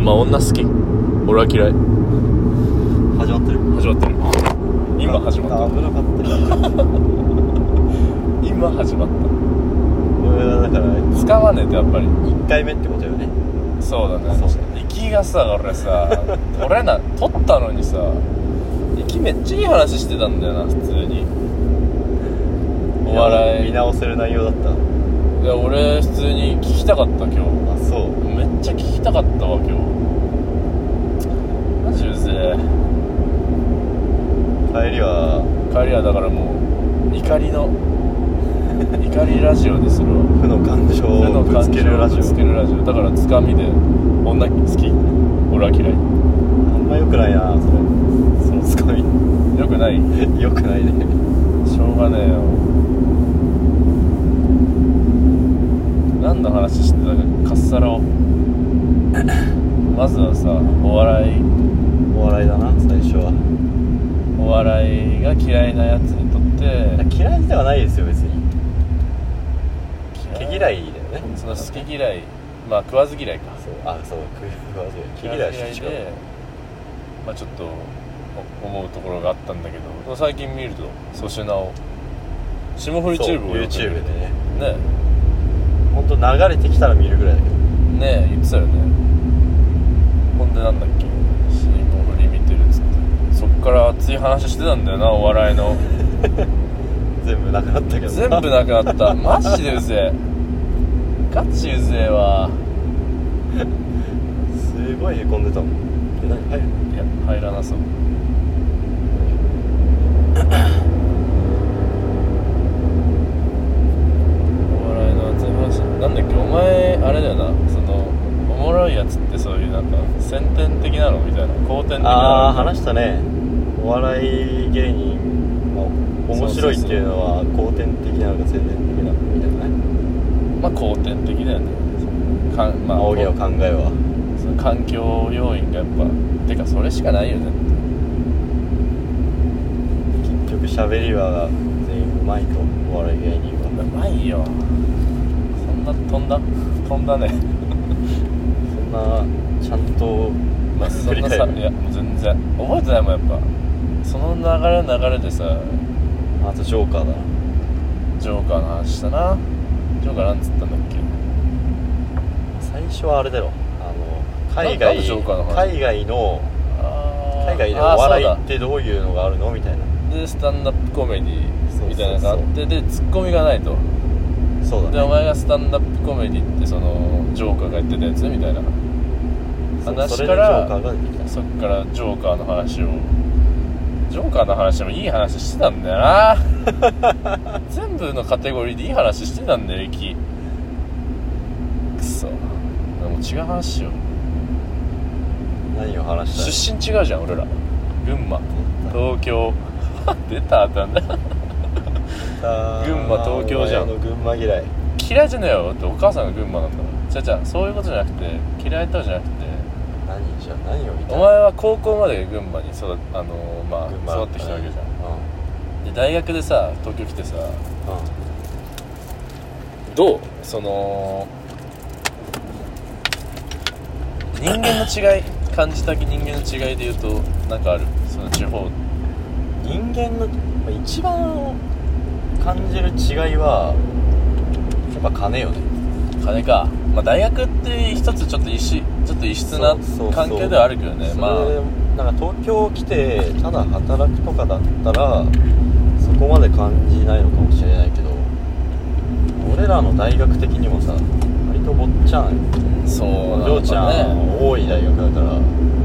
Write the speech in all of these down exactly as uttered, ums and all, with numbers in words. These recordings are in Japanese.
まあ女好き、俺は嫌い。 始まってる始まってる今始まった危なかった今始まった。 俺はだから使わねえとやっぱりいっかいめってことよね。 そうだね。 そう息がさ、俺さ取れな取ったのにさ、息めっちゃいい話してたんだよな普通に。お笑い見直せる内容だった。 いや俺普通に聞きたかった今日。 あ、そう。 めっちゃ聞きたかったわ今日。マジうぜえ。 帰りは帰りはだからもう怒りの怒りラジオでするわ。 負の感情をぶつけるラジオ。 ぶつけるラジオだからつかみで女好き、俺は嫌い。 あんま良くないなそれ。そのつかみよくない。 良くないね。 しょうがねえよ。何の話してたかかっさらをまずはさ、お笑いお笑いだな最初は。 お笑いが嫌いなやつにとって嫌いではないですよ別に。毛嫌いだよね。 その好き嫌い、まあ食わず嫌いか。 そう、あ、そう、食わず嫌い。毛嫌いは違う。 でまあちょっと思うところがあったんだけど、最近見ると粗品を霜降りチューブをよく見る YouTube でね。 ねほんと流れてきたら見るぐらいだけどねえ言ってたよね。ほんでなんだっけ、霜降り見てるっつってそっから熱い話してたんだよな、お笑いの全部なくなったけど全部なくなったマジでうぜえ、ガチうぜえわ。 すごいへこんでたもん。え、何入る？ いや入らなそう。お笑いの熱い話なんだっけ、お前あれだよな、そのおもろいやつってそういうなんか先天的なのみたいな、後天的なの。 ああ、話したね。お笑い芸人、まあ、面白いっていうのは後天的なのか先天的なのかみたいなね。 まあ後天的だよね。かまあ仰げを考えはその環境要因がやっぱてかそれしかないよね。 結局喋りは全員うまいと、お笑い芸人はうまいよ。そんな飛んだ飛んだねそんなちゃんとまあそんなさ、いやもう全然覚えてないもんやっぱ。その流れの流れでさ、 あとジョーカーだな。 ジョーカーの話したな。ジョーカーなんつったんだっけ。 最初はあれだろ、あの海外ジョーカーの話海外のあ海外でお笑いってどういうのがあるのみたいな。 でスタンダップコメディそうそうそうみたいなのがあって、でツッコミがないと。 そうだね。 でお前がスタンダップコメディってそのジョーカーが言ってたやつみたいな話から、 そ, そっからジョーカーの話をジョーカーの話もいい話してたんだよな全部のカテゴリーでいい話してたんだよ、駅くそ。もう違う話しよう。 何を話した出身違うじゃん俺ら。群馬東京出たあったんだ群馬東京じゃん。 群馬嫌い嫌いじゃねえよ、だってお母さんが群馬なんだから。じゃあじゃあそういうことじゃなくて、嫌いとかじゃなくて、 何じゃあ何を見たお前は高校まで群馬に育っあのま群馬あ育ってきたわけじゃん、 うんで大学でさ東京来てさ、 うん、 どうその人間の違い感じた人間の違いで言うとなんかある？その地方人間の一番感じる違いはやっぱ金よね。 金か。まあ大学って一つちょっと異質ちょっと異質な環境ではあるけどね。まあなんか東京来てただ働くとかだったらそこまで感じないのかもしれないけど、俺らの大学的にもさ割と坊っちゃん、 そうジョーちゃん、ね、多い大学だから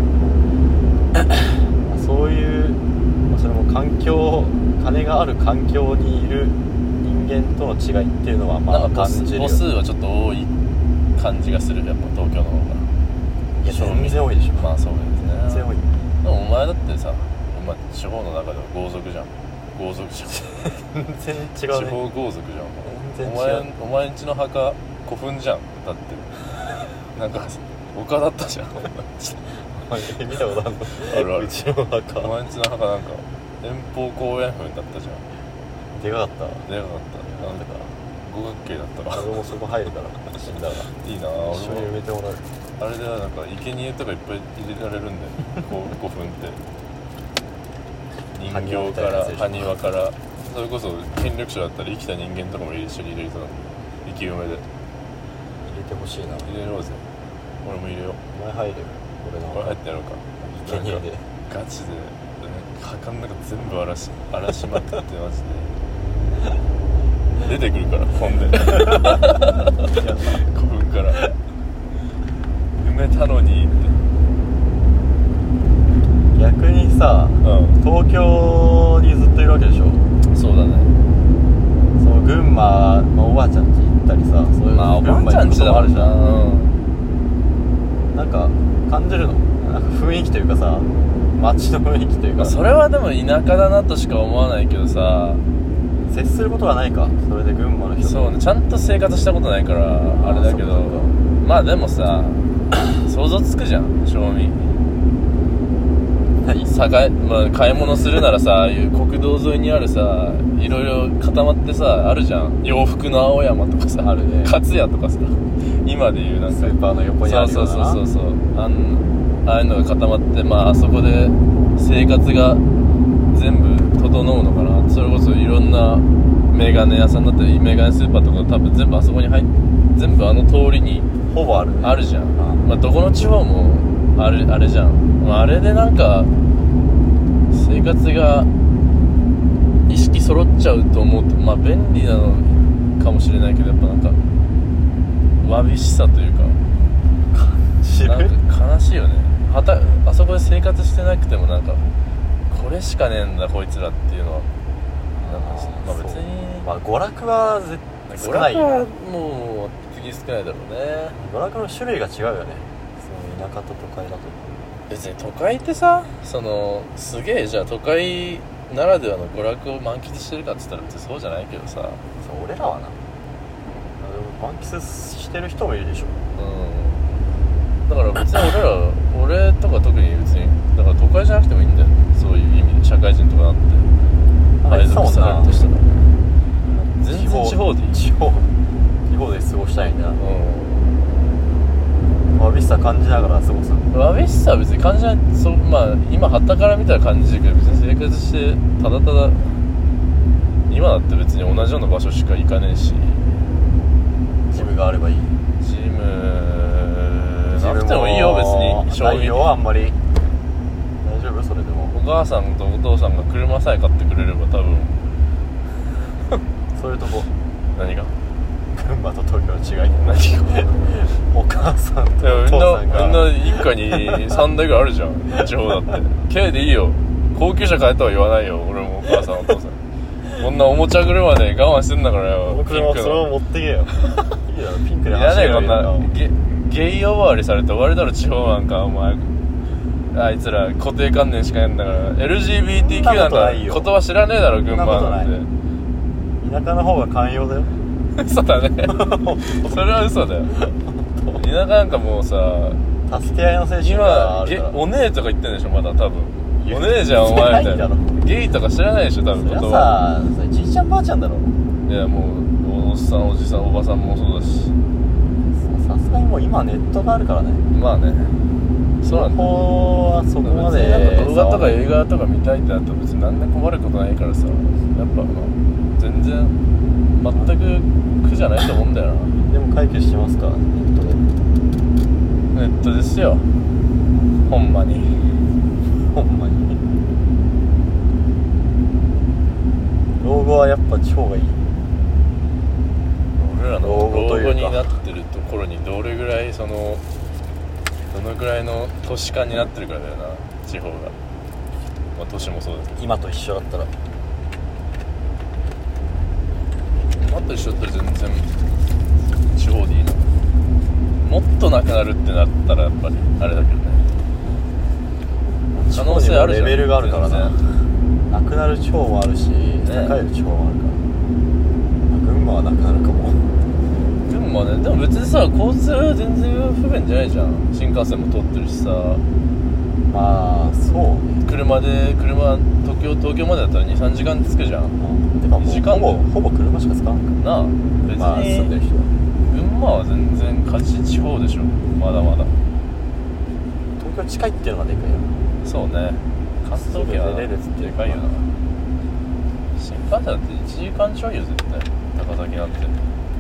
そういう、まあ、それも環境、金がある環境にいる人間との違いっていうのはまあ感じるよ。 母数はちょっと多い感じがする、やっぱ東京の方が。 いや全然多いでしょ。 まあそうですね。 全然多い。 でもお前だってさ、まあ、地方の中では豪族じゃん。豪族じゃん全然違うね。 地方豪族じゃん。 全然違う。 お前、お前んちの墓古墳じゃん。だってなんか丘だったじゃん見たことあるの？ あるある。 うちの墓。 お前んちの墓なんか遠方公園墳だったじゃん。 でかかった。 でかかった。なんだか五角形だったら俺もそこ入るから死んだらいいな。 一緒に埋めてもらう。 あれではなんか生贄とかいっぱい入れられるんだよこうごふんって人形から埴輪からそれこそ権力者だったら生きた人間とかも一緒に入れるとな生き埋めで入れてほしいな。 入れようぜ。俺も入れよう。 お前入るよ。俺の俺入ってやろうか。 生贄でガチで墓の中全部荒らし荒らしまくってマジで出てくるから本で古墳から埋めたのにって逆にさ、うん、東京にずっといるわけでしょ。 そうだね。 その群馬、まあ、おばあちゃん家行ったりさ、そういうまあおばあちゃん家だもあるじゃん、うん、 なんか感じるのなんか雰囲気というかさ街の雰囲気というか、 まあ、それはでも田舎だなとしか思わないけどさ接することがないか。それで群馬の人そうねちゃんと生活したことないからあれだけどまあでもさ想像つくじゃん正味さかまあ、買い物するならさああいう国道沿いにあるさいろいろ固まってさあるじゃん洋服の青山とかさあるね勝谷とかさ今でいうなんかスーパーの横にあるようなそうそうそうそうあんああいうのが固まってまああそこで生活が全部整うのかな。それこそいろんなメガネ屋さんだったりメガネスーパーとか多分全部あそこに入っ全部あの通りにほぼある、ね、 あるじゃん、うんまあ、どこの地方もあれ、あれじゃん、まあ、あれでなんか生活が意識揃っちゃうと思うとまあ便利なのかもしれないけどやっぱなんかわびしさというかなんか悲しいよね。はたあそこで生活してなくてもなんかこれしかねえんだこいつらっていうのはなんかまあ別にまあ娯楽は絶対少ない。 娯楽はもう次少ないだろうね。 娯楽の種類が違うよね。その田舎と都会だと別に都会ってさそのすげえじゃあ都会ならではの娯楽を満喫してるかって言ったら別にそうじゃないけどさそう俺らはな満喫してる人もいるでしょ。 うんだから別に俺ら俺とか特に別にだから都会じゃなくてもいいんだよそういう意味で社会人とかなって配属されるとしたら全然地方でいい地方地方で過ごしたいんだ。 うんわびしさ感じながら過ごす。 わびしさは別に感じないそまあ今旗から見たら感じるけど別に生活してただただ今だって別に同じような場所しか行かねえしジムがあればいい。 ジムなくてもいいよ別に正直ないよあんまり大丈夫それでもお母さんとお父さんが車さえ買ってくれれば多分そういうとこ何が群馬と東京の違い何がお母さんとお父さんがみんなみんな一家にさんだいぐらいあるじゃん地方だって軽でいいよ高級車買えとは言わないよ俺もお母さんお父さんこんなおもちゃ車で我慢してんだからよ僕もそれを持ってけよいいだろピンクでいらねえこんななゲ、ゲイ呼ばわりされて終わりだろ地方なんかお前あいつら固定観念しかねえんだから エルジービーティーキュー なんか言葉知らねえだろ群馬なんて田舎の方が寛容だよ嘘だねそれは嘘だよ田舎なんかもうさ助け合いの精神があるから今お姉とか言ってんでしょまだ多分お姉じゃんお前みたいなゲイとか知らないでしょ多分そりゃさそれじいちゃんばあちゃんだろ。 いやもうおっさんおじさんおばさんもそうだしさすがにもう今ネットがあるからね。 まあねそうなんだ。 情報はそこまでなんか動画とか映画とか見たいってなったら別に何で困ることないからさやっぱまあ全然全く苦じゃないと思うんだよな。 でも解決してますかネットで。 ネットですよほんまにほんまに老後はやっぱ地方がいい。 俺らの老後になってるところにどれぐらいそのどのぐらいの都市化になってるからだよな地方が、まあ、都市もそうだけど今と一緒だったら今と一緒だったら全然地方でいいな。もっとなくなるってなったらやっぱりあれだけどね可能性あるじゃん。 レベルがあるからな。なくなる地方もあるし、ね、栄える地方もあるから、群馬はなくなるかも。 群馬ねでも別にさ交通全然不便じゃないじゃん。新幹線も通ってるしさまあそうね車で車東京東京までだったら にさんじかんで着くじゃん、うん、 てかもうにじかんほぼほぼ車しか使わんからなあ別に、 まあ、住んでる人は群馬は全然勝ち地方でしょまだまだ京近いっていうのがでかいよな。 そうね、関東圏はすぐ出れるっつってでかいよな。新幹線だっていちじかんちょいよ絶対、高崎なんて。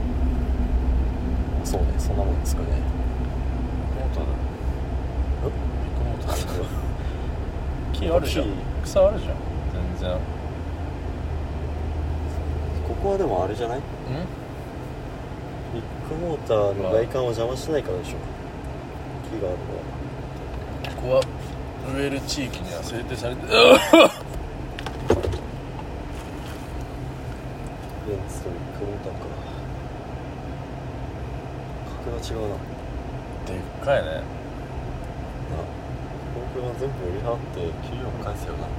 そうね、そんなもんつくね。 ビッグモーターだ。ビッグモーターだ。木あるじゃん、草あるじゃん全然。 ここはでもあれじゃない？ ん？ ビッグモーターの外観を邪魔しないからでしょ、木があるのは。 ここはウェル地域には制定されてベンツとビッグモーターか。格が違うな。 でっかいね。 な、この車全部売り払って給料返すよな。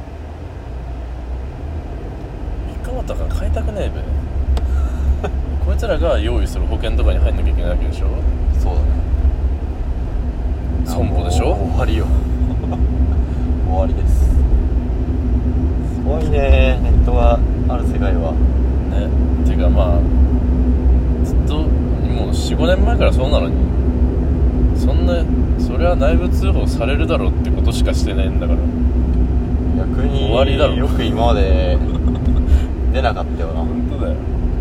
ビッグモーターから買いたくねえべ。こいつらが用意する保険とかに入んなきゃいけないわけでしょ。 そうだね。 損保でしょ。 終わりよ。終わりです。すごいね、ネットがある世界はね。てかまあずっともう よん,ご 年前からそうなのに、そんなそれは内部通報されるだろうってことしかしてないんだから。 逆に終わりだろ。 よく今まで出なかったよな。 本当だよ。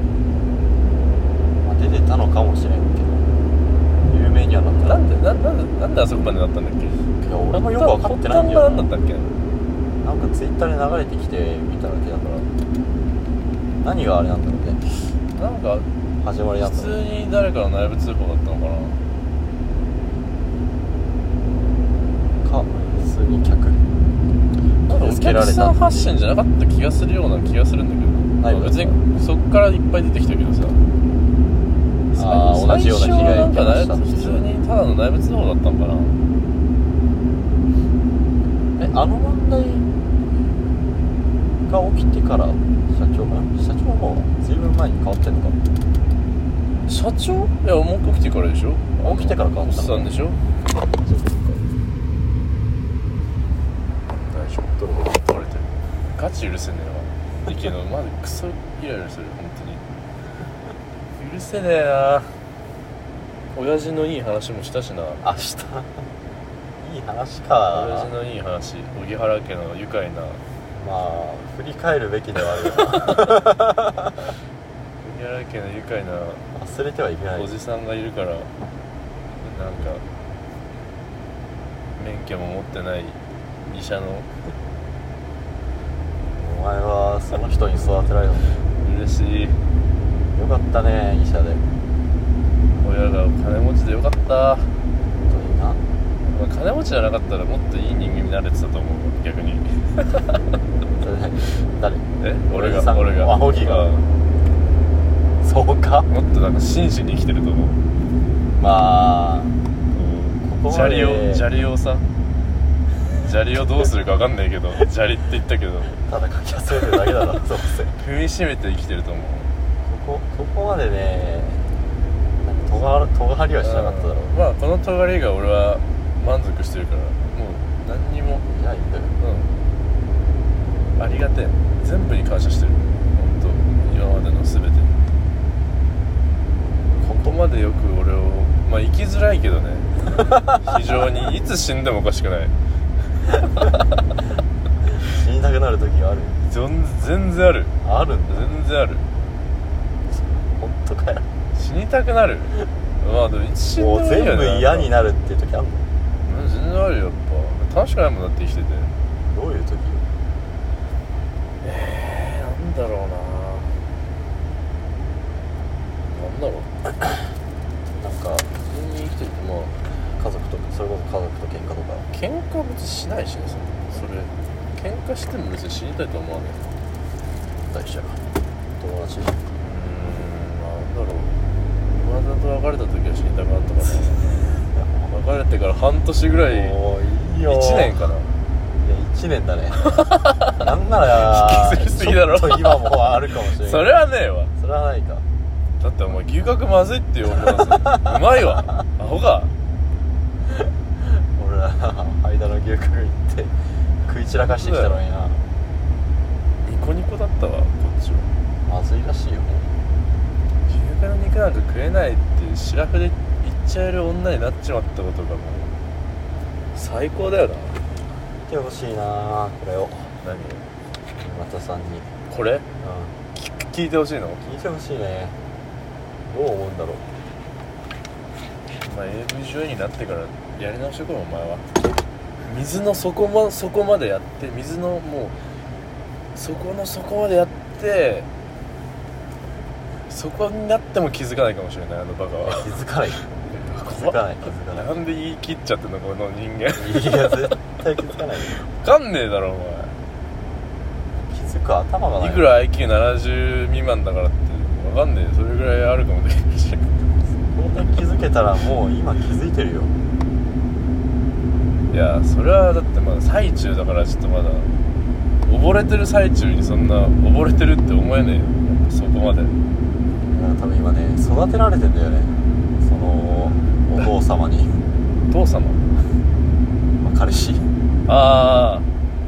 まあ、出てたのかもしれんけど有名にはなった。 なんでななんでなんであそこまでなったんだっけ。 いや俺もよく分かってないんだよな。 発端が何だったっけ。 なんかツイッターで流れてきて見ただけだから、何があれなんだろうね。 なんか始まりなんだろう。 普通に誰かの内部通報だったのかな。 か普通に客なんかお客さん発信じゃなかった気がするような気がするんだけど、まあ、別にそっからいっぱい出てきたけどさ。 ああ、同じような被害を受けました。 普通にただの内部通報だったのかな。 え、あの問題が起きてから社長が社長はもうずいぶん前に変わってんのか。 社長？いやもう起きてからでしょ。 起きてから変わったの。 おっさんでしょ。大丈夫。取れてる。ガチ許せねえわ。いけどまだクソイライラする本当に。許せねえな。親父のいい話もしたしな。 明日いい話か。 親父のいい話、荻原家の愉快な。 まあ振り返るべきではあるよな。 荻原家の愉快な忘れてはいけない。 おじさんがいるからなんか免許も持ってない医者の。 お前はその人に育てられるの嬉しい。 よかったね、医者で。 親が金持ちでよかった。 本当にな。 まあ、金持ちじゃなかったらもっといい人間になれてたと思う逆に。 それ誰？ え俺親父さんが俺があ、荻が。そうか。 もっとなんか真摯に生きてると思う。 まあここまで砂利を砂利をさ砂利をどうするか分かんないけど砂利って言ったけどただ書き忘れてるだけだな。そうせ踏みしめて生きてると思う。 ここここまでね、なんかとがとがりはしなかっただろう。 まあこの尖りが俺は満足してるからもう何にも。 いやいいんだよ。 うんありがてえ。全部に感謝してる本当。今までの全てここまでよく俺をまあ生きづらいけどね非常にいつ死んでもおかしくない死にたくなる時がある。 全全然ある。 あるんだ。 全然ある。 本当かよ。 死にたくなる。まあでもいつ死んでもうもいいよね。 全部嫌になるっていう時あるの。 うん全然あるよ。やっぱ楽しくないもんだって生きてて。 どういう時？ えー、なんだろうな。なんだろうなんか普通に生きてるとまあ家族とかそれこそ家族と喧嘩とか。 喧嘩は別にしないしね。それ喧嘩しても別に死にたいと思わねえ。 大事や友達。 うーんなんだろう。今田と別れた時は死にたくなったかな別れてから半年ぐらい。 もういいよ。 いちねんかな。 いやいちねんだね。なんなら引きずりすぎだろ。 ちょっと今もあるかもしれない。 それはねえわ。 それはないか。 だってお前牛角まずいって思ううまいわアホか。 俺ら間の牛角行って食い散らかしてきたのにな。 ニコニコだったわこっちは。 まずいらしいよ。 牛角の肉なんか食えないってシラフで言っちゃえる女になっちまったことがもう最高だよな。 見てほしいなこれを。 何またさんにこれうん聞いてほしいの？ 聞いてほしいね。どう思うんだろう。 まあ エーブイ 女優になってからやり直してこいお前は。水の底ま底までやって水のもうそこの底までやってそこになっても気づかないかもしれないあのバカは。 気づかない気づかない気づかない。 なんで言い切っちゃってんのこの人間。 いや絶対気づかないよ。 わかんねえだろお気づく頭がない。 前いくら アイキューななじゅう 未満だからってわかんねえ。それぐらいあるかもできないし。 ここで気づけたらもう今気づいてるよ。 いやそれはだってまだ最中だからちょっとまだ溺れてる最中にそんな溺れてるって思えねえよそこまで。 いや多分今ね育てられてんだよねそのお父様に父様まあ彼氏ああ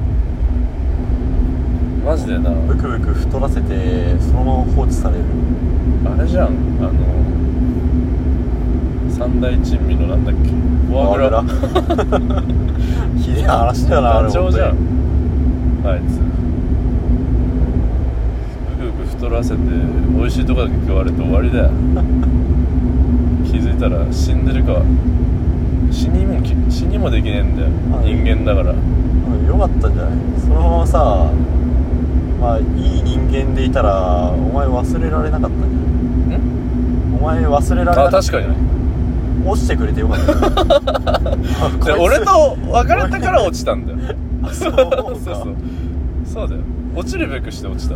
マジでな。 ブクブク太らせてそのまま放置される。 あれじゃんあの三大珍味のなんだっけフォアグラひでえ話だよなあれ。 ダチョウじゃんあいつ。ブクブク太らせて美味しいとこだけ食われて終わりだよ気づいたら死んでるか死にも死にもできねえんだよ人間だから。 よかったんじゃないそのままさ。まあいい人間でいたらお前忘れられなかったんじゃない。んお前忘れられなかった。 あ確かに落ちてくれてよかったで俺と別れたから落ちたんだよそうそうそうそうだよ落ちるべくして落ちた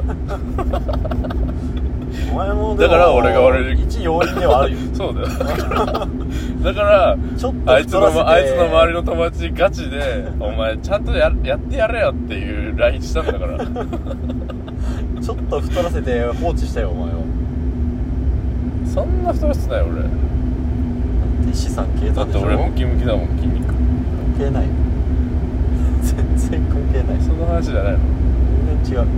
お前もでもだから俺が悪い一要因ではあるよそうだよだからちょっとあいつ太らせてのあいつの周りの友達ガチでお前ちゃんと や, やってやれよっていう ライン したんだからちょっと太らせて放置したよお前は。 そんな太らせてない俺。 資産消えたでしょ。 だって俺ムキムキだもん筋肉。 関係ない全然関係ない。 その話じゃないの。 全然違う。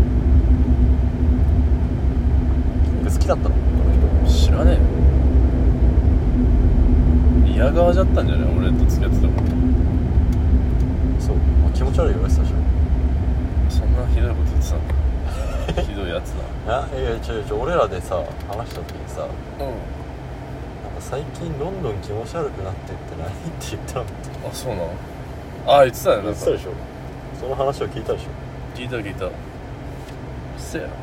筋肉好きだったのこの知らねえよ。嫌がわじゃったんじゃない俺と付き合ってたもん。 人。そう、まあ、気持ち悪い言われてたでしょ。 そんなひどいこと言ってたんだひどいやつだ。 あいやいやちょちょ俺らでさ話した時にさ、 うん最近どんどん気持ち悪くなってって何って言ったのってあそうなの。あ言ってたね。 言ってたでしょ。その話を聞いたでしょ。 聞いた聞いた。うっせえよ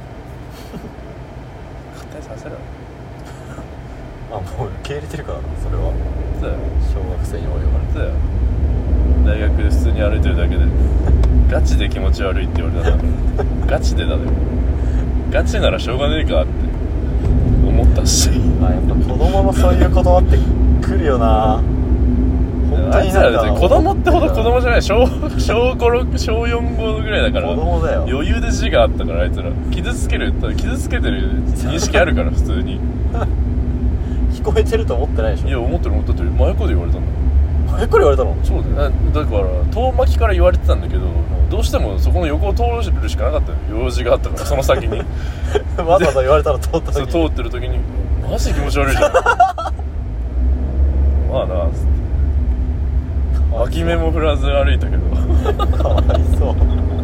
勝手にさせろよ。 あもう受け入れてるからなそれは。 そうだよ小学生にも言われてそうだよ。大学で普通に歩いてるだけでガチで気持ち悪いって言われたんだガチでだね。ガチならしょうがねえかって思ったし。 あやっぱ子供のそういう言葉って来るよな本当あいになんかつらだって子供ってほど子供じゃない小小ごろく小よんごぐらいだから子供だよ。 余裕で自我あったからあいつら傷つける傷つけてる認識あるから普通に聞こえてると思ってないでしょ。 いや思ってる思ってる真横で言われたんだ。 前から言われたの。 そうだよだから遠巻きから言われてたんだけどどうしてもそこの横を通るしかなかったよ用事があったからその先にわざわざ言われたら通ったそう時に通ってる時にマジで気持ち悪いじゃんまあなつって脇目も振らず歩いたけどかわいそう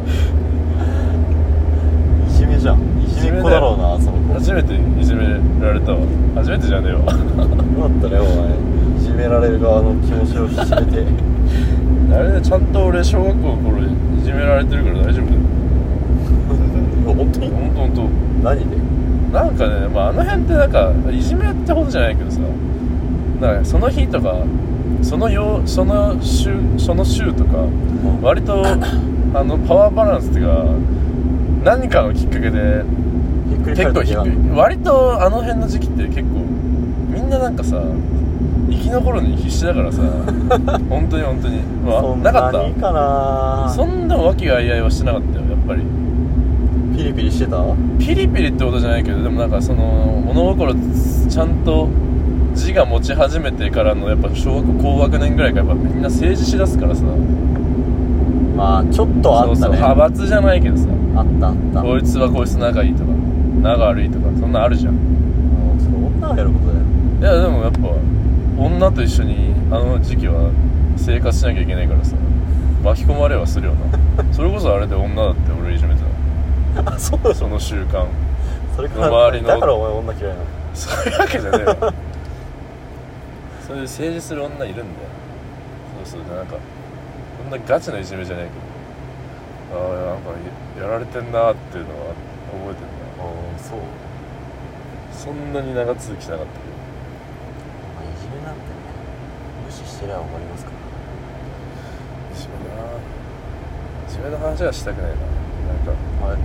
いじめじゃん。いじめっ子だろうなその子。 初めていじめられたわ。初めてじゃねえわよかったねお前。いじめられる側の気持ちを知れてあれでちゃんと俺小学校の頃いじめられてるから大丈夫だよ本当にほんとほんと何でなんかね、まあ、あの辺ってなんかいじめってほどじゃないけどさなんかその日とかそのよその週その週とか割とあのパワーバランスっていうか何かのきっかけでひっくり結構返る時がある。 割とあの辺の時期って結構みんななんかさ生き残るのに必死だからさ本当に本当に、まあ、 そんなかったなにかな。 そんな和気あいあいはしてなかったよやっぱり。 ピリピリしてた。 ピリピリってことじゃないけどでもなんかその物心ちゃんと自我持ち始めてからのやっぱ小学校高学年ぐらいからやっぱみんな政治しだすからさまあちょっとあったね。 そうそう派閥じゃないけどさあったあったこいつはこいつ仲いいとか仲悪いとかそんなあるじゃん。 もうそれ女がやることだよ。 いやでもやっぱ女と一緒にあの時期は生活しなきゃいけないからさ巻き込まれはするよなそれこそあれで女だって俺いじめてたあ、そうだ、 たその習慣それから周りのだからお前女嫌いなの。 そういうわけじゃねえわそういう政治する女いるんだよ。そうそう、なんかこんなガチないじめじゃないけど、ああなんかやられてんなーっていうのは覚えてるな。 ああ、そう。 そんなに長続きしなかったけど、 まあ、いじめなんてね、無視してりゃ終わりますから。 いじめないじめの話はしたくないな。なんかはい、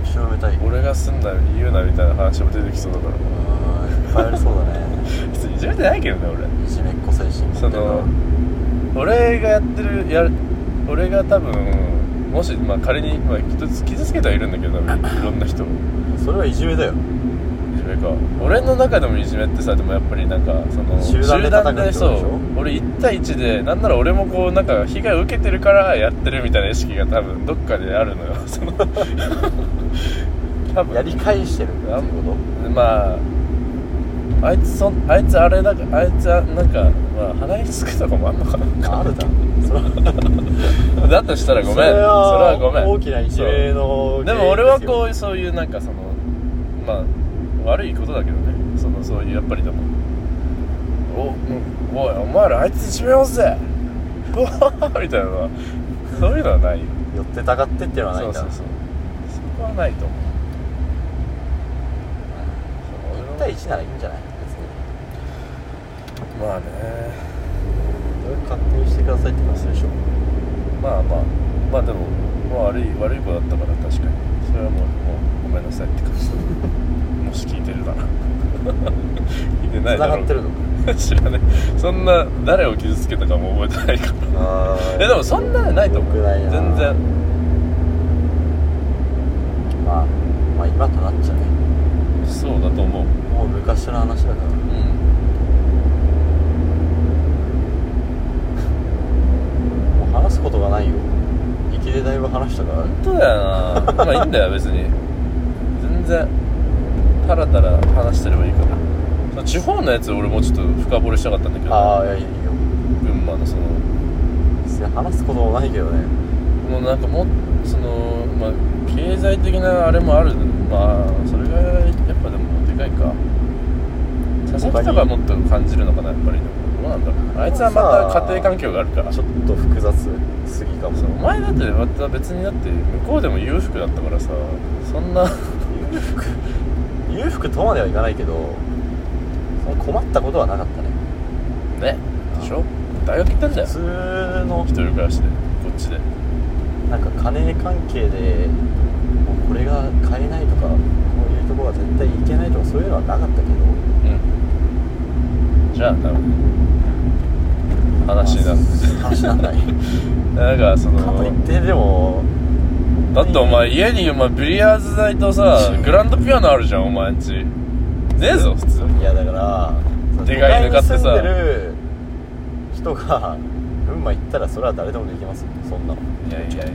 後ろめたい。 俺がすんな言うなみたいな話も出てきそうだからあー、いっぱいありそうだね別にいじめてないけどね俺。 いじめっ子精神持ってるな。 その俺がやってるやる俺が多分もし、まあ、仮に、まあ、傷つけてはいるんだけど多分いろんな人それはいじめだよ。 いじめか。俺の中でもいじめってさ、でもやっぱりなんかその集団で叩くってことでしょ。 そう俺いち対いちでなんなら俺もこうなんか被害を受けてるからやってるみたいな意識が多分どっかであるのよその多分やり返してるっていうこまああいつそあいつあれだかあいつはなんかまあ鼻につくとかもあんのかな。 とあるだろそれはだとしたらごめん。それそれははごめん。 大きないじめのでも俺はこうそういうなんかそのまあ悪いことだけどね、そのそういうやっぱりでもお、うん、おいお前らあいついじめようぜうわみたいなのはそういうのはないよ。 寄ってたかってっていうのはないんだ。 そうそうそう、そこはないと思う。 いち対いちならいいんじゃない別に。 まあね、 それ勝手にしてくださいって話でしょ。 まあまあまあでも、まあ、悪い悪い子だったから確かにそれはもう、もうごめんなさいって感じもし聞いてるだな聞いてないだろう。 繋がってるの知らねえ。そんな誰を傷つけたかも覚えてないからあえでもそんなのないと思う。 よくないな全然。 まあまあ今となっちゃね、 そうだと思う。 もう昔の話だから。 うんもう話すことがないよ。息でだいぶ話したから。 本当だよなまあいいんだよ別に。全然タラタラ話してればいいから。その地方のやつ俺もうちょっと深掘りしたかったんだけど、 ああ、いやいいよ。 群馬のその別に話すこともないけどね。 もうなんかもそのまあ経済的なあれもある。まあそれがやっぱでもでかいか。佐々木とかもっと感じるのかなやっぱり。でもどうなんだろう。あいつはまた家庭環境があるから。 ちょっと複雑すぎかも。 そうお前だってまた別にだって向こうでも裕福だったからさ、そんな裕福裕福とまではいかないけど、その困ったことはなかったね。 ねでしょ。大学行ったんだよ普通の一人暮らしでこっちで。 なんか金関係でもうこれが買えないとか、こういうところは絶対行けないとかそういうのはなかったけど、 うんじゃあ多分話になる話なんないなんかそかといっのてでもだってお前家にお前ビリヤーズ台とさグランドピアノあるじゃんお前んち。ねえぞ普通。 いやだからでかいの買ってさ都会に住んでる人が群馬行ったらそれは誰でもできますよそんなの。 いやいやいや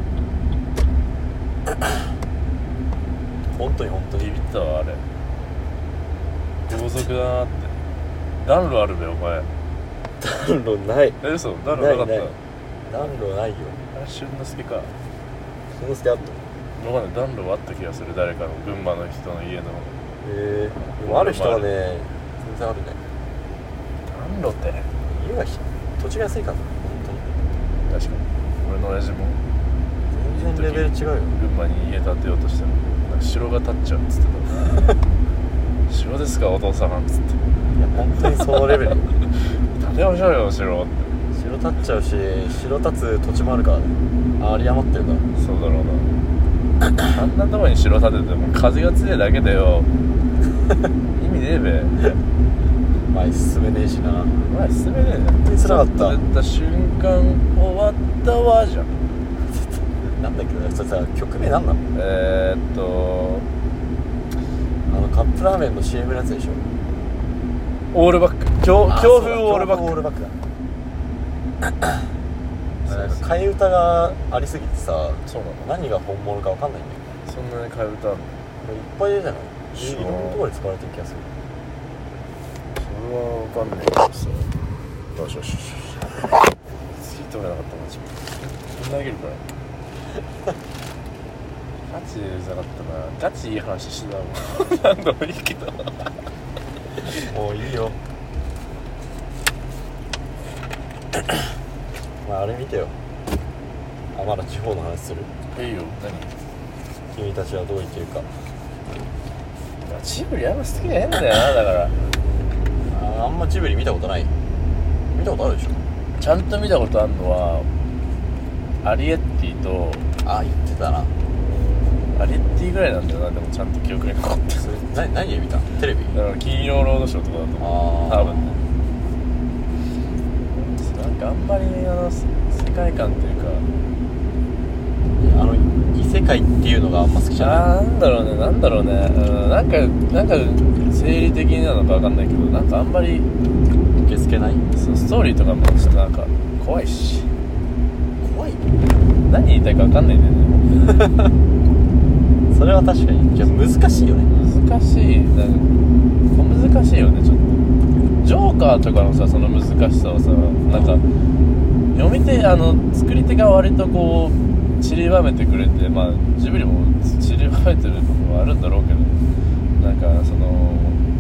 本当に本当にビビったわあれ。高速だなって。暖炉あるべお前。 暖炉ない。 え嘘暖炉なかった。 ないない暖炉ないよ。 あれ俊之介か。 そのステあった。 わかんない暖炉あった気がする。誰かの群馬の人の家のへえー、でもある人はね全然あるね。 暖炉って家が土地が安いから本確かに俺の親父も当に全然レベル違うよ。 群馬に家建てようとしてもなんか城が建っちゃうっつってた城ですかお父さんっつって。 いや本当にそのレベルよ建てましょうよ城って。 城建っちゃうし、城建つ土地もあるからね。あり余ってるから。 そうだろうなあんなとこに城建てても風が強いだけでよ意味ねえべ前進めねえしな。 前進めねえ本当につらかった出た瞬間終わったわじゃん。 なんだっけどそれさ曲名なんなの？ えー、っとあのカップラーメンの シーエム のやつでしょ。 オールバック強強風オールバック。 オールバックだなんか替え歌がありすぎてさ、 そうなの。 何が本物か分かんないんだよ。 そんなに替え歌あるの？ これいっぱいいるじゃない。 そういろんなところで使われてる気がする。 それは分かんないけどさ。よしよしよしよしちぶん投げるからガチでうざかったな。ガチいい話してたもん何度もいいけどもういいよまああれ見てよ。あ、まだ地方の話する。 いいよ。何？ 君たちはどう生きるか。 ジブリあんま好きじゃねえんだよな。だからあ, あんまジブリ見たことない。見たことあるでしょ。 ちゃんと見たことあるのはアリエッティと、 あ、言ってたな。 アリエッティぐらいなんだよな。でもちゃんと記憶に残ってる。 な何で見た？テレビ？ だから金曜ロードショーとかだと思う。 あ多分ね。なんかあんまりあの世界観っていうか、 あの異世界っていうのがあんま好きじゃない。 あーなんだろうねなんだろうね、うん、なんかなんか生理的なのか分かんないけど、なんかあんまり受け付けない。 そうストーリーとかもちょっとなんか怖いし、 怖い。 何言いたいか分かんないんだよねそれは確かに。じゃあ難しいよね。 難しい。なんか難しいよねちょっと。ジョーカーとかのさ、その難しさはさ、なんか読み手、あの作り手が割とこう散りばめてくれて、まあジブリも散りばめてる部分はあるんだろうけど、なんかその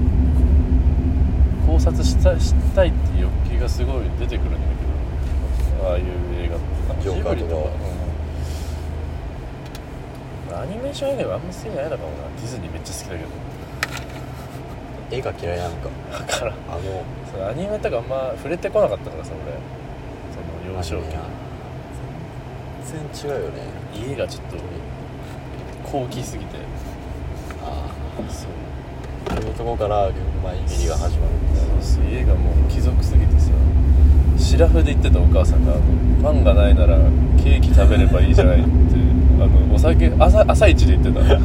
考察した、したいっていう欲求がすごい出てくるんだけど、ああいう映画ってジョーカーとかは、 うん、アニメーション映画はあんま好きじゃないのかもな。ディズニーめっちゃ好きだけど。 絵が嫌いなのか。 だからあのそのアニメとかあんま触れてこなかったからさ、俺その幼少期全然違うよね。 家がちょっと高貴すぎて、 あそうあ、そういうとこから群馬いじりが始まるんですよ。 そう家がもう貴族すぎてさ、シラフで言ってたお母さんが、あのパンがないならケーキ食べればいいじゃないってあのお酒 朝, 朝一で言ってた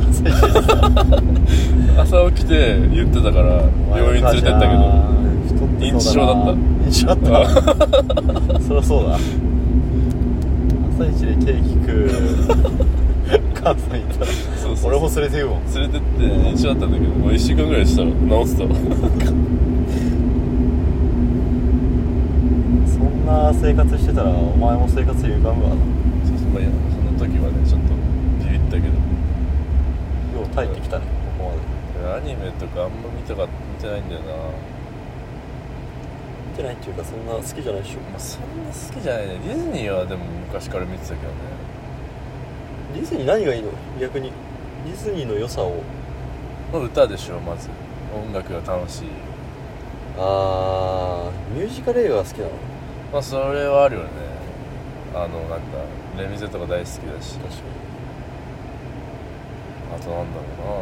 朝起きて言ってたから病院連れてったけど認知症だった。 認知症だったそりゃそうだ。朝一でケーキ食う母さんいたらそうそうそう、 俺も連れて行くもん。 連れてって認知症だったんだけど、もういっしゅうかんぐらいしたら治ってたそんな生活してたらお前も生活歪むわな。 そうそう、まあ、その時はねちょっとビビったけど、 よう耐えてきたね、ここまで。 アニメとかあんま見たか見てないんだよな。 見てないっていうか、そんな好きじゃないでしょ。 まあ、そんな好きじゃないね。ディズニーはでも昔から見てたけどね。 ディズニー何がいいの？逆にディズニーの良さを。 まあ、歌でしょ。まず音楽が楽しい。 あー、ミュージカル映画が好きなの？ まあそれはあるよね。あのなんかレミゼとか大好きだし、 確かに。 あとなんだろうな、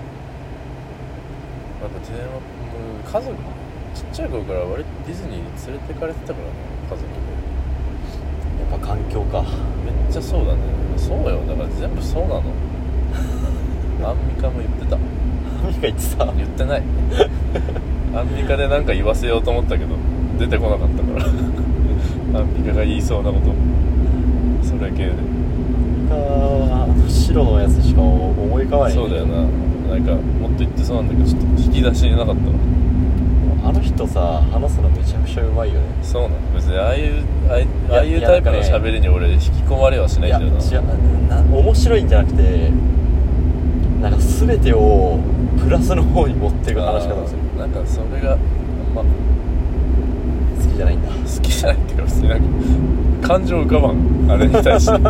やっぱテーマ、もう家族ちっちゃい頃から割とディズニーに連れてかれてたからね、家族で。 やっぱ環境か。 めっちゃそうだね。そうよ、だから全部そうなのアンミカも言ってた。 アンミカ言ってた？ 言ってないアンミカでなんか言わせようと思ったけど出てこなかったからアンミカが言いそうなこと、それ系で。 あの白のやつしか思い浮かばない。 そうだよな。なんかもっと言ってそうなんだけどちょっと引き出しになかったわ。 あの人さ、話すのめちゃくちゃうまいよね。 そうなの。別にああいうああいうああいうタイプの喋りに俺引き込まれはしないんだよな。 いや、違うな、面白いんじゃなくて、なんか全てをプラスの方に持っていく話し方をする。 なんかそれがあんま好きじゃないんだ。 好きじゃないっていうか、別になんか感情浮かばん、あれに対して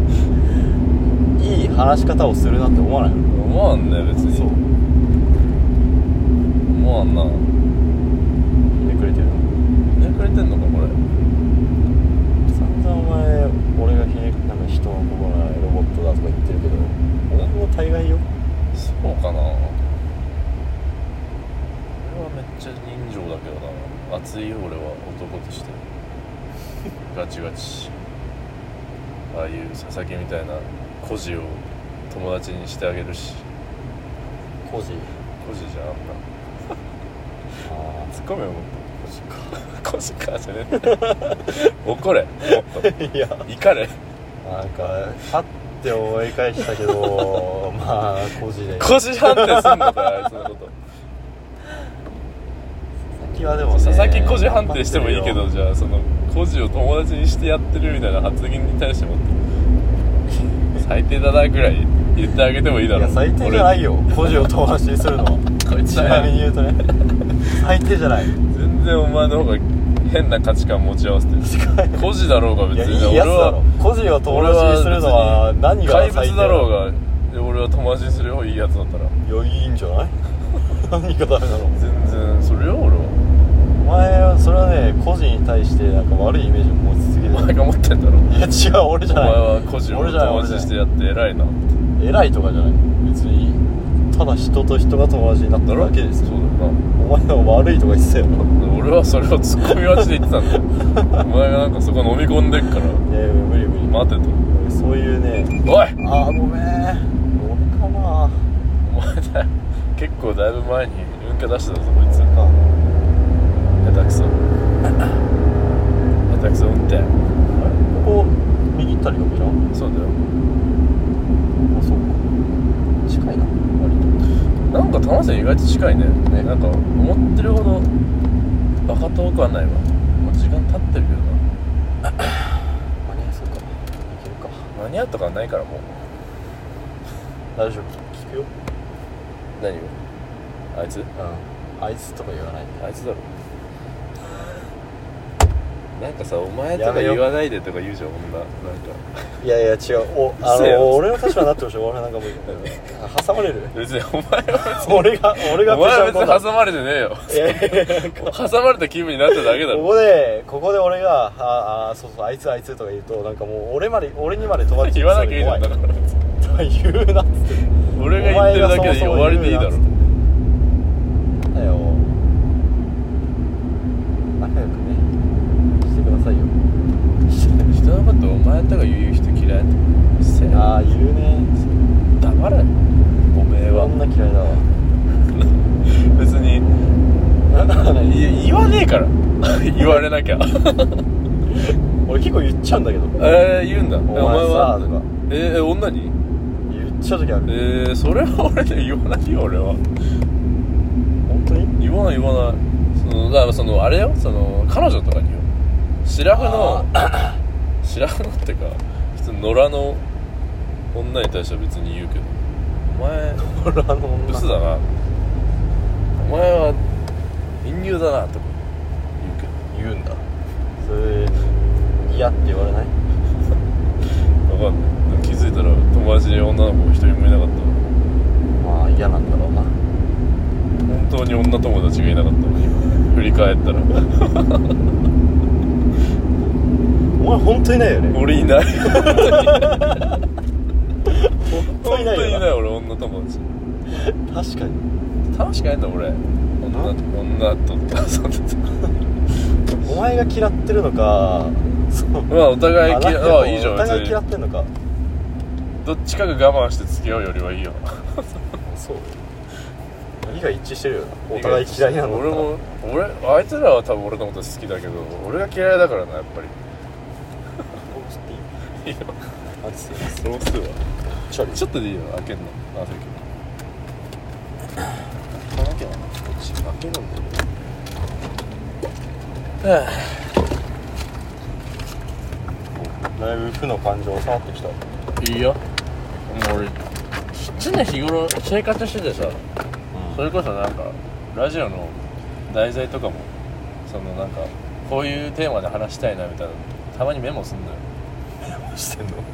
いい話し方をするなって思わないの？ 思わんね、別に。 そう、 思わんな。 見てくれてるの？ 見てくれてんのかこれ。 散々お前、俺がひねなんか人の心がロボットだとか言ってるけど、俺も大概よ。 そうかな。俺はめっちゃ人情だけどな。熱いよ俺は男としてガチガチ。ああいう佐々木みたいな孤児を友達にしてあげるし。 コジ？ 孤児じゃんあんな。 あツッコミはもっあ、コジか。 と孤児かじゃねえ怒れもっといや、 怒れ。 なんかパッて思い返したけどまあコジで。 孤児判定すんのかよあいつのこと。 佐々 木はでもね、 佐々木孤児判定してもいいけど、じゃあその孤児を友達にしてやってるみたいな発言に対しても最低だなぐらい言ってあげてもいいだろう。 いや最低じゃないよ、孤児を友達にするのはこいつちなみに言うとね最低じゃない。 全然お前の方が変な価値観持ち合わせてる。孤児だろうが別に、 いやいいやつだろ。孤児を友達にするのは何が最低怪物だろうが俺は友達にするよ、いいやつだったら。 いやいいんじゃない何がダメなの。 全然それよ。俺はお前はそれはね、孤児に対してなんか悪いイメージを持ちすぎる。 お前が持ってんだろ。 いや違う、俺じゃない。 お前は孤児を友達にしてやって偉いな。 偉いとかじゃない、別にただ人と人が友達になっただけですよ。 そうだよな。 お前は悪いとか言ってたよ。 俺はそれをツッコミ待ちで言ってたんだよお前がなんかそこ飲み込んでっから。 いやいや無理無理、 待てと。 そういうね。 おい、 あーごめん、俺かな。 お前だよ。結構だいぶ前に運気出してたぞこいつ。 あ下手くそ下手くそ運転。 あれここ右行ったら横じゃん。 そうだよ。 あそうか、近いな割と。 なんか田中意外と近いね。 ねなんか思ってるほどバカ遠くはないわ。もう時間経ってるけどな。 間に合いそうか、いけるか。 間に合うとかないからもう。 大丈夫、聞くよ。 何を。あいつうん、あいつとか言わないで。 あいつだろ。なんかさ、お前とか言わないでとか言うじゃん、女。なんかいやいや違う、おあうっせえよの俺の立場になってほしい。俺なんかもう挟まれる。 別にお前は別に俺が俺がお前は別ペシャンコだに挟まれてねえよ。 いやいやいやなんか挟まれた気分になっただけだろ。 ここでここで俺がああそうそうあいつあいつとか言うとなんかもう俺まで俺にまで飛ばって言わなきゃいいじゃんだから。 言うなっつって俺が言ってるだけで終わりでいいだろ。 だよ、仲良くねしてくださいよ。 人のことお前とか言う人嫌いってうっせえな。 ああ言うね。 黙れおめえは。 こんな嫌いだわ別にい言わねえから言われなきゃ俺結構言っちゃうんだけど、 えー、言うんだ。 お前さとかえー、女に言っちゃう時ある。 えー、それは俺で言わないよ。俺は本当に言わない言わない。そのだからそのあれよ、その彼女とかによ、シラフのシラフのってか普通野良の女に対しては別に言うけど、お前俺あの女ブスだな、お前は陰乳だなとか言うけど。 言うんだ。それ嫌って言われない？ 分かんない。でも気づいたら友達に女の子一人もいなかった。 まあ嫌なんだろうな。 本当に女友達がいなかったのに振り返ったらお前本当にいないよね。 俺いない本当にないよな。 本当にいない俺女友達。 確かに。 楽しくないんだ俺、女女と遊んでてお前が嫌ってるのか、そうまあお互い嫌い。ああいいじゃん。 お互い別に嫌ってんのか。 どっちかが我慢して付き合うよりはいいよ。 そう。何が一致してるよな。お互い嫌いなんだったら。 俺も俺あいつらは多分俺のこと好きだけど俺が嫌いだからなやっぱり。いいよ。 マジでその数はチャリちょっとでいいよ開けんの。あ開けなきゃな。こっち開けるんだよ。はだいぶ負の感情収まってきた。 あ、いいよ。もう俺常日頃生活しててさ、それこそなんかラジオの題材とかもそのなんかこういうテーマで話したいなみたいなたまにメモすんのよ。 してんの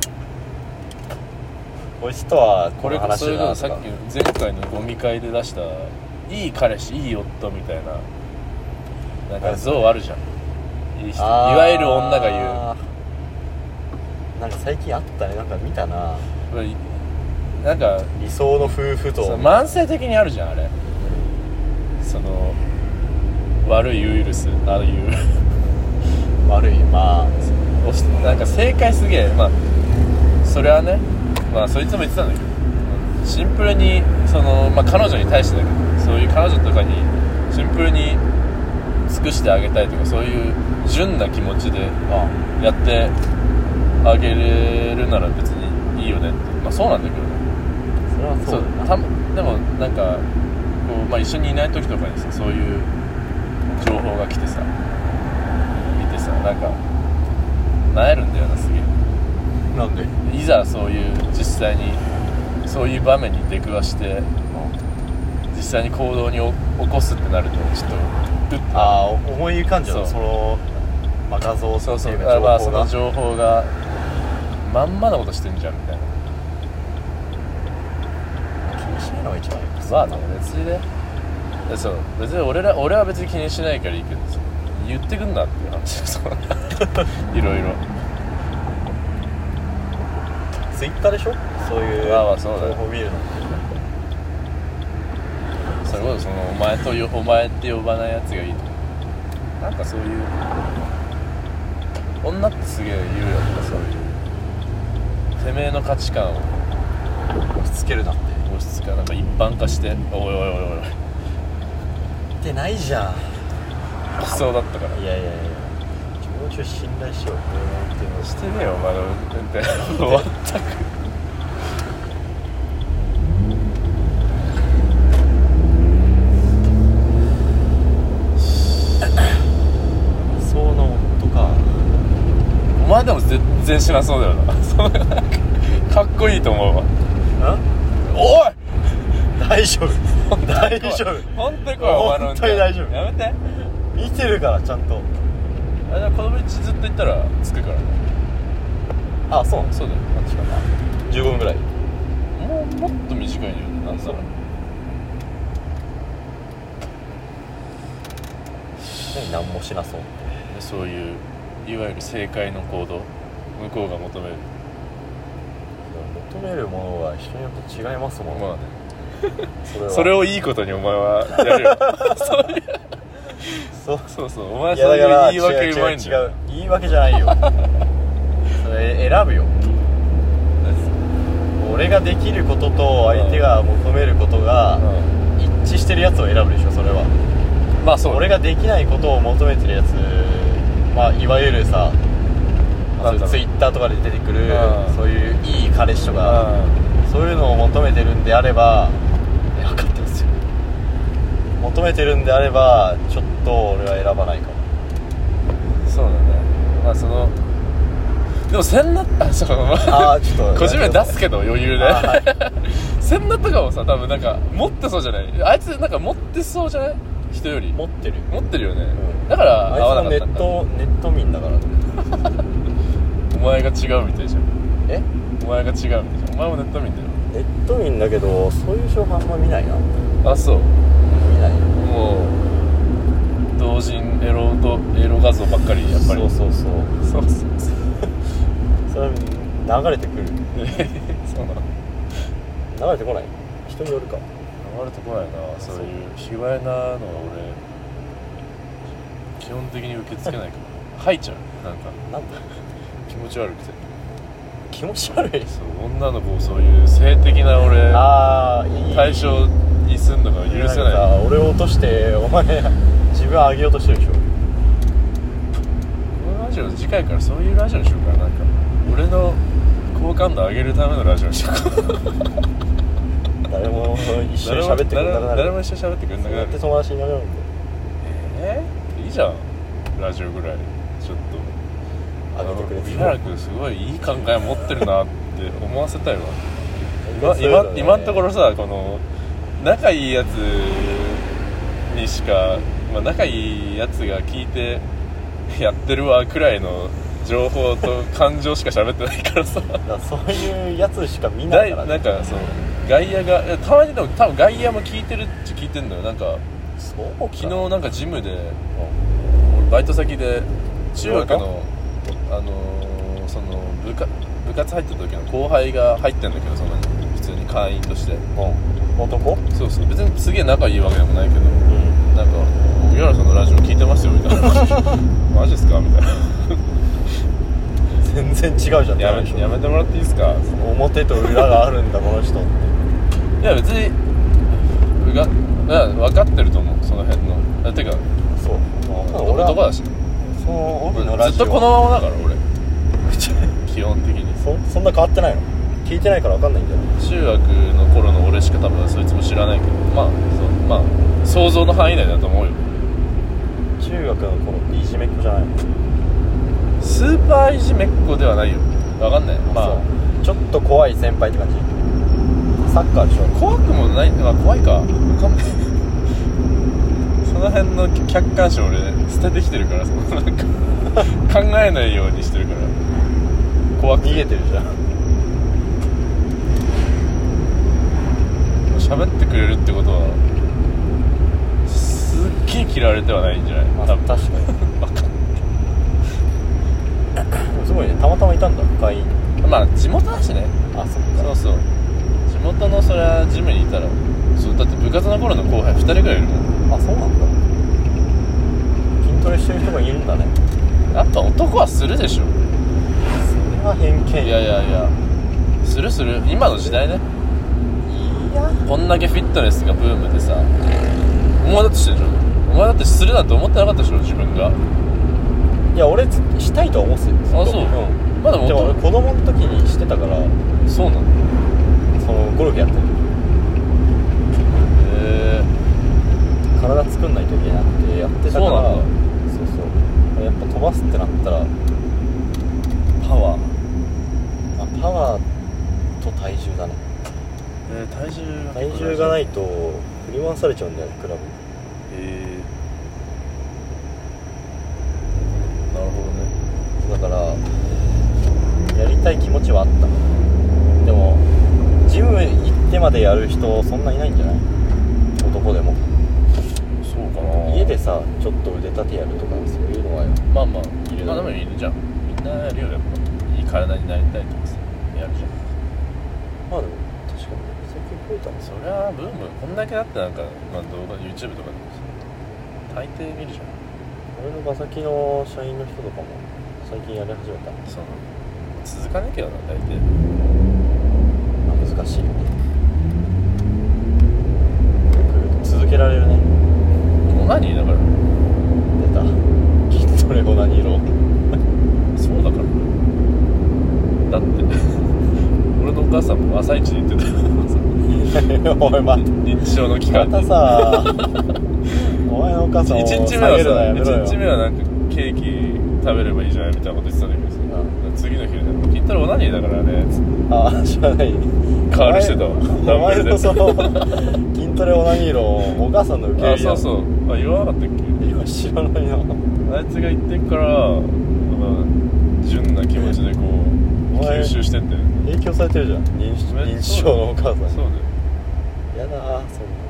こいつとはこれこの話それだなとかこそさっきの前回の飲み会で出したいい彼氏いい夫みたいななんか像あるじゃん。いい人いあーわゆる女が言なんか最近あったね。なんか見たな。 うなんか理想の夫婦とその慢性的にあるじゃんあれ。その悪いウイルスああいう悪い、まあ押しなんか正解すげえ、まあそれはね、まあそいつも言ってたんだけどシンプルにその、まあ、彼女に対してだけどそういう彼女とかにシンプルに尽くしてあげたいとかそういう純な気持ちでやってあげれるなら別にいいよねって、まあそうなんだけどね。 それはそうだな。 たでもなんかこう、まあ、一緒にいない時とかにさそういう情報が来てさ見てさなんか萎えるんだよなすげえ。 なんで？ いざそういう実際にそういう場面に出くわして実際に行動に起こすってなるとちょっとうっとああ思い浮かんじゃうそうその、まあ、画像っていうそうそうか情報がまあその情報がまんまのことしてんじゃんみたいな。 気にしないのが一番いいですまあね別にねそう別に俺ら俺は別に気にしないからいいけどさ言ってくんなっていう話そういろいろツイッターでしょそういうまあまあそうだよ情報見るのってそれこそそのお前とよお前って呼ばないやつがいいとなんかそういう女ってすげえ言うよとかそういうてめえの価値観を押し付けるなって押し付けなんか一般化しておいおいおいおいってないじゃん。 来そうだったからいやいやいやもうちょい信頼しようっていうのをしてねえよお前の運転全くそうの夫か。 お前でも全然知らそうだよなそのなんかかっこいいと思うわ。おい大丈夫大丈夫本当にこれお前の運転本当に大丈夫やめて。 見てるからちゃんと。 あれこの道ずっと行ったら着くからね。 あそうそうだよ確かなじゅうごふんぐらい。 もうもっと短いよねなんだろう何何もしなそうってでそういういわゆる正解の行動向こうが求める求めるものは人によって違いますもん。 まあねそれはそれをいいことにお前はやるよそういうそうそうそうお前いやそういうだから言い訳うまいんだよ違う違う違う言い訳じゃないよそれ選ぶよ。俺ができることと相手が求めることがうん一致してるやつを選ぶでしょそれは。 まあそう俺ができないことを求めてるやつ、まあいわゆるさなんだろうツイッターとかで出てくるうんそういういい彼氏とかそういうのを求めてるんであればいや分かってますよ。求めてるんであればちょっと俺は選ばないかも。 そうだねまあそのでも千納あそうあーちょっと個人名出すけど余裕で、 あーはい千納とかもさ多分なんか持ってそうじゃないあいつなんか持ってそうじゃない人より持ってる。 持ってるよね、 うんだから合わあいつなかったのネットネット民だからお前が違うみたいじゃんえお前が違うみたいじゃんお前もネット民だよネット民だけどそういう情報あんま見ないな。 あそう見ない。 もう同人エロとエロ画像ばっかりやっぱりそうそうそうそうそうそうそれ流れてくるそうなの流れてこない人によるか。 流れてこないなそういう卑猥なのは俺基本的に受け付けないから吐いちゃうなんかなんで気持ち悪くて気持ち悪い。 そう女の子をそういう性的な俺ああいい対象にすんのが許せないんかさ俺を落としてお前自分上げようとしてるでしょ。 このラジオ次回からそういうラジオにしようかななんか俺の好感度上げるためのラジオにしようか誰も一緒に喋ってくれなくなる。 誰も誰も一緒に喋ってくれなくそうなるやって友達になれるんで。 えー、いいじゃんラジオぐらいちょっと上げてくれて三原君すごいいい考え持ってるなって思わせたいわ今そういうのね今今のところさこの仲いいやつにしか、まあ、仲いいやつが聞いてやってるわくらいの情報と感情しか喋ってないからさだからそういうやつしか見ないから、ね、 なんかそう外野がたまにでも多分外野も聞いてるっちゃ聞いてんのよなんかそうか昨日なんかジムで俺バイト先で中学のあのー、その部活部活入った時の後輩が入ってんだけどその普通に会員としてうん男そうそう別にすげえ仲いいわけでもないけどうんなんか「三原さんのラジオ聞いてますよ」みたいな「マジっすか?」みたいな全然違うじゃんやめやめてもらっていいですか表と裏があるんだこの人っていや別にうが分かってると思うその辺のあてかそう俺は男だしその帯のラジオずっとこのままだから俺基本的にそ, そんな変わってないの聞いてないから分かんないんだよ。 中学の頃の俺しか多分そいつも知らないけどまあそうまあ想像の範囲内だと思うよ中学の頃っていじめっ子じゃないの？ スーパーいじめっ子ではないよ。わかんない。まあちょっと怖い先輩って感じ。サッカーでしょ。 怖くもない。まあ怖いかわかんないその辺の客観視俺捨ててきてるから、そのなんか考えないようにしてるから。怖く逃げてるじゃん。 喋ってくれるってことはすっげえ嫌われてはないんじゃない？ まあ、 多分確かにわかんすごいね、たまたまいたんだ、会員。 まあ地元だしね。 あ、そっか。 そうそう、地元のそりゃジムにいたら、そうだって部活の頃の後輩ふたりぐらいいるもん。 あ、そうなんだ。筋トレしてる人がいるんだね。 やっぱ男はするでしょ。 それは偏見。 いやいやいや、するする。今の時代ね。 いや、 こんだけフィットネスがブームでさ、お前だってしてるでしょ。お前だってするなんて思ってなかったでしょ、自分が。 いや、俺したいとは思ってたよ。 あ、そう。 うん。 まだもっとでも俺子供の時にしてたから、 そうなの。 そのゴルフやってる。 へえ。 体作んないといけなくてやってたから。 そうなんだ。 そうそう。やっぱ飛ばすってなったらパワー、まあ、パワーと体重だね。 えー、体重体重がないと振り回されちゃうんだよ、クラブ。 へえー、なるほどね。 だからやりたい気持ちはあった。でもジム行ってまでやる人そんないないんじゃない？男でも。 そうかな。 家でさ、ちょっと腕立てやるとかそういうのはよ。 まあまあいるまあでもいるじゃん。みんなやるよ。やっぱいい体になりたいとかさ、やるじゃん。 まあでも確かに最近増えたの。 そりゃブームこんだけだってなんか、まあ、動画 YouTube とかでもさ大抵見るじゃん。 俺の馬先の社員の人とかも最近やり始めた。 その続かねえけどな、大抵。 まあ難しいよね。続けられるね。 オナニーだから。 出た。筋トレオナニーロー。 そうだから。だって俺のお母さんも朝一に言ってたよお前待って、 認知症の期間またさお前のお母さんをいちにちめは下げるのやめろさ、 よ。 いちにちめはなんかケーキ食べればいいじゃないみたいなこと言ってたんだけどさ、次の日でね、筋トレオナニーだからねつってああ、知らない。 代わりしてたわ。 お前のその筋トレオナニーロをお母さんの受け入れやん。 あ、そうそう。あ、言わなかったっけ。 いや知らないな。 あいつが言ってっから、まあ、純な気持ちでこう吸収してって影響されてるじゃん、認知認知症のお母さんに。 そうだよ。 やだー、そんな。 なんだよね。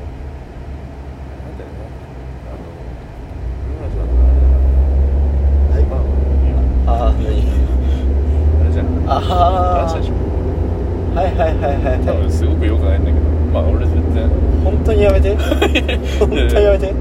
あの今じゃない。まあ、 ああ、何？ あれじゃん。 ああ、 感謝でしょ。 はいはいはいはい。 多分すごく良くないんだけど、まあ俺全然本当にやめて。本当にやめて。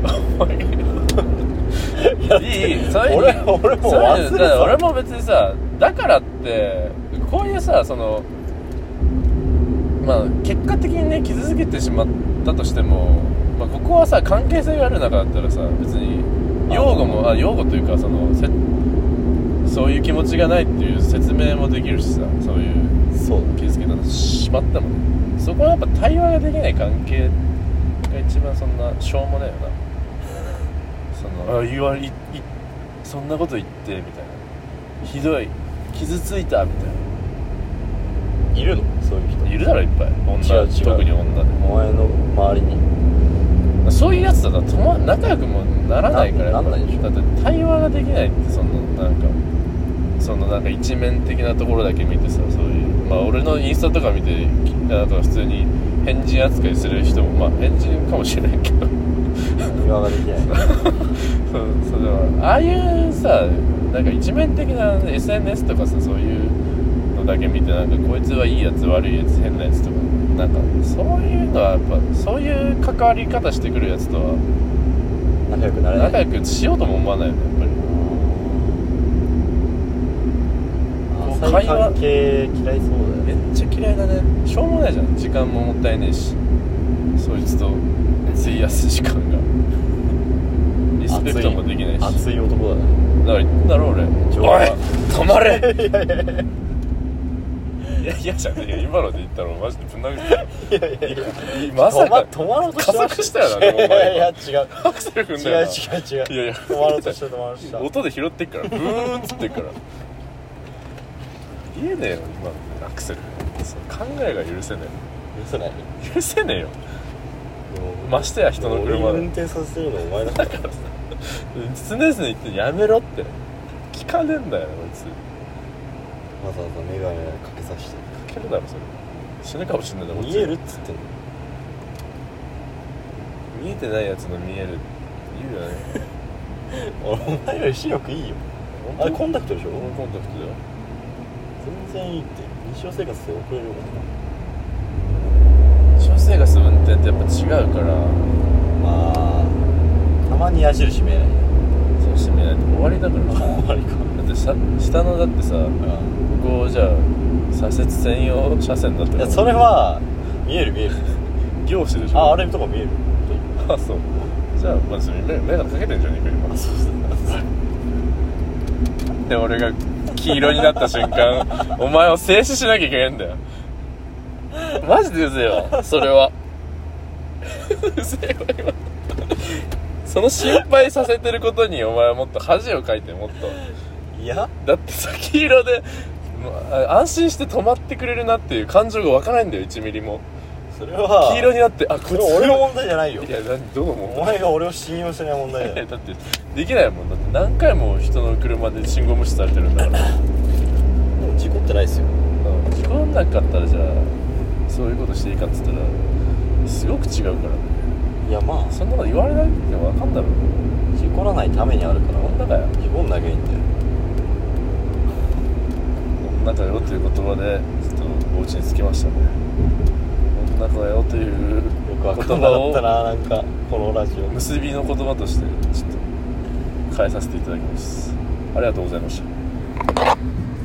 いいいい、それ俺俺も忘れてた。 俺も別にさ、だからってこういうさ、そのまあ結果的にね傷つけてしまったとしても、まあ、ここはさ関係性がある中だったらさ、別に擁護もあ擁護というかそのせそういう気持ちがないっていう説明もできるしさ、そういうそう傷つけたとしまったもん。そこはやっぱ対話ができない関係が一番そんなしょうもないよな。そのあ言わいいそんなこと言ってみたいな、ひどい傷ついたみたいいるのそういう人。 な、いるだろいっぱい。女、 違う違う、 特に女でお前の周りにそういうやつだととも仲良くもならないから。 ななんないでしょ。 だって対話ができないって、そのなんかそのなんか一面的なところだけ見てさ、そういうまあ俺のインスタとか見てなんか普通に変人扱いする人もまあ変人かもしれないけど会話ができないそうそうだからああいうさ、なんか一面的な エスエヌエス とかさ、そういうのだけ見てなんかこいつはいいやつ悪いやつ変なやつとか、なんかそういうのはやっぱそういう関わり方してくるやつとは仲良くなれない。 仲良くしようとも思わないよね、やっぱり。 浅い関係嫌いそうだよめね。 っちゃ嫌いだね。しょうもないじゃん、時間ももったいねえし、そいつと費やす時間がリスペクトもできないし。 熱い男だね。 だから言っただろ俺、おい止まれいやいやいやや嫌じゃねえよ、今ので言ったらマジでぶん殴っていやいやいやまさか止まろうとして加速したよな、でもお前いやいや違うアクセル踏んだよな。 違う違う違ういやいや止まろうとして止まろうとした音で拾ってっからブーンっつってっから言えねえよ今のアクセル。その考えが許せね許せないえ許せねえよ。ましてや人の車俺に運転させてるのお前だからだからさ常々言ってやめろって聞かねえんだよこいつ。 わざわざメガネかけさせてかけるだろそれ。死ぬかもしんないんだこいつ。 見えるっつってんの見えてないやつの見えるって言うよね。 俺お前より視力いいよあれコンタクトでしょ。 俺コンタクトだよ。 全然いいって日常生活で遅れるもん小生活運転ってやっぱ違うからまあたまに矢印見えないそうしてみないと終わりだから終わりかだってさ下のだってさここじゃあ左折専用車線だったらいやそれは見える見える行してでしょ。 ああれとか見えるあそうじゃあまず目目がかけてんじゃねえか今。 あそうそうで俺が黄色になった瞬間お前を静止しなきゃいけないんだよ。マジでうぜえよそれはうぜえわ今その心配させてることにお前はもっと恥をかいてもっといやだってさ黄色でもう安心して止まってくれるなっていう感情が湧かないんだよいちミリも。 それは黄色になってあこそいつれ俺の問題じゃないよいや何どうもお前が俺を信用してない問題だよだってできないもんだって何回も人の車で信号無視されてるんだからでも事故ってないですようん事故んなかったらじゃあそういうことしていいかっつったらすごく違うからね。 いやまあそんなこと言われなくても分かんだろ事故らないためにあるから女かよ事故んなきゃいいんだよ女かよという言葉でちょっとお家に着きましたね。女かよというよくわか言んなか葉ったななんかこのラジオを結びの言葉としてちょっと変えさせていただきます。ありがとうございました。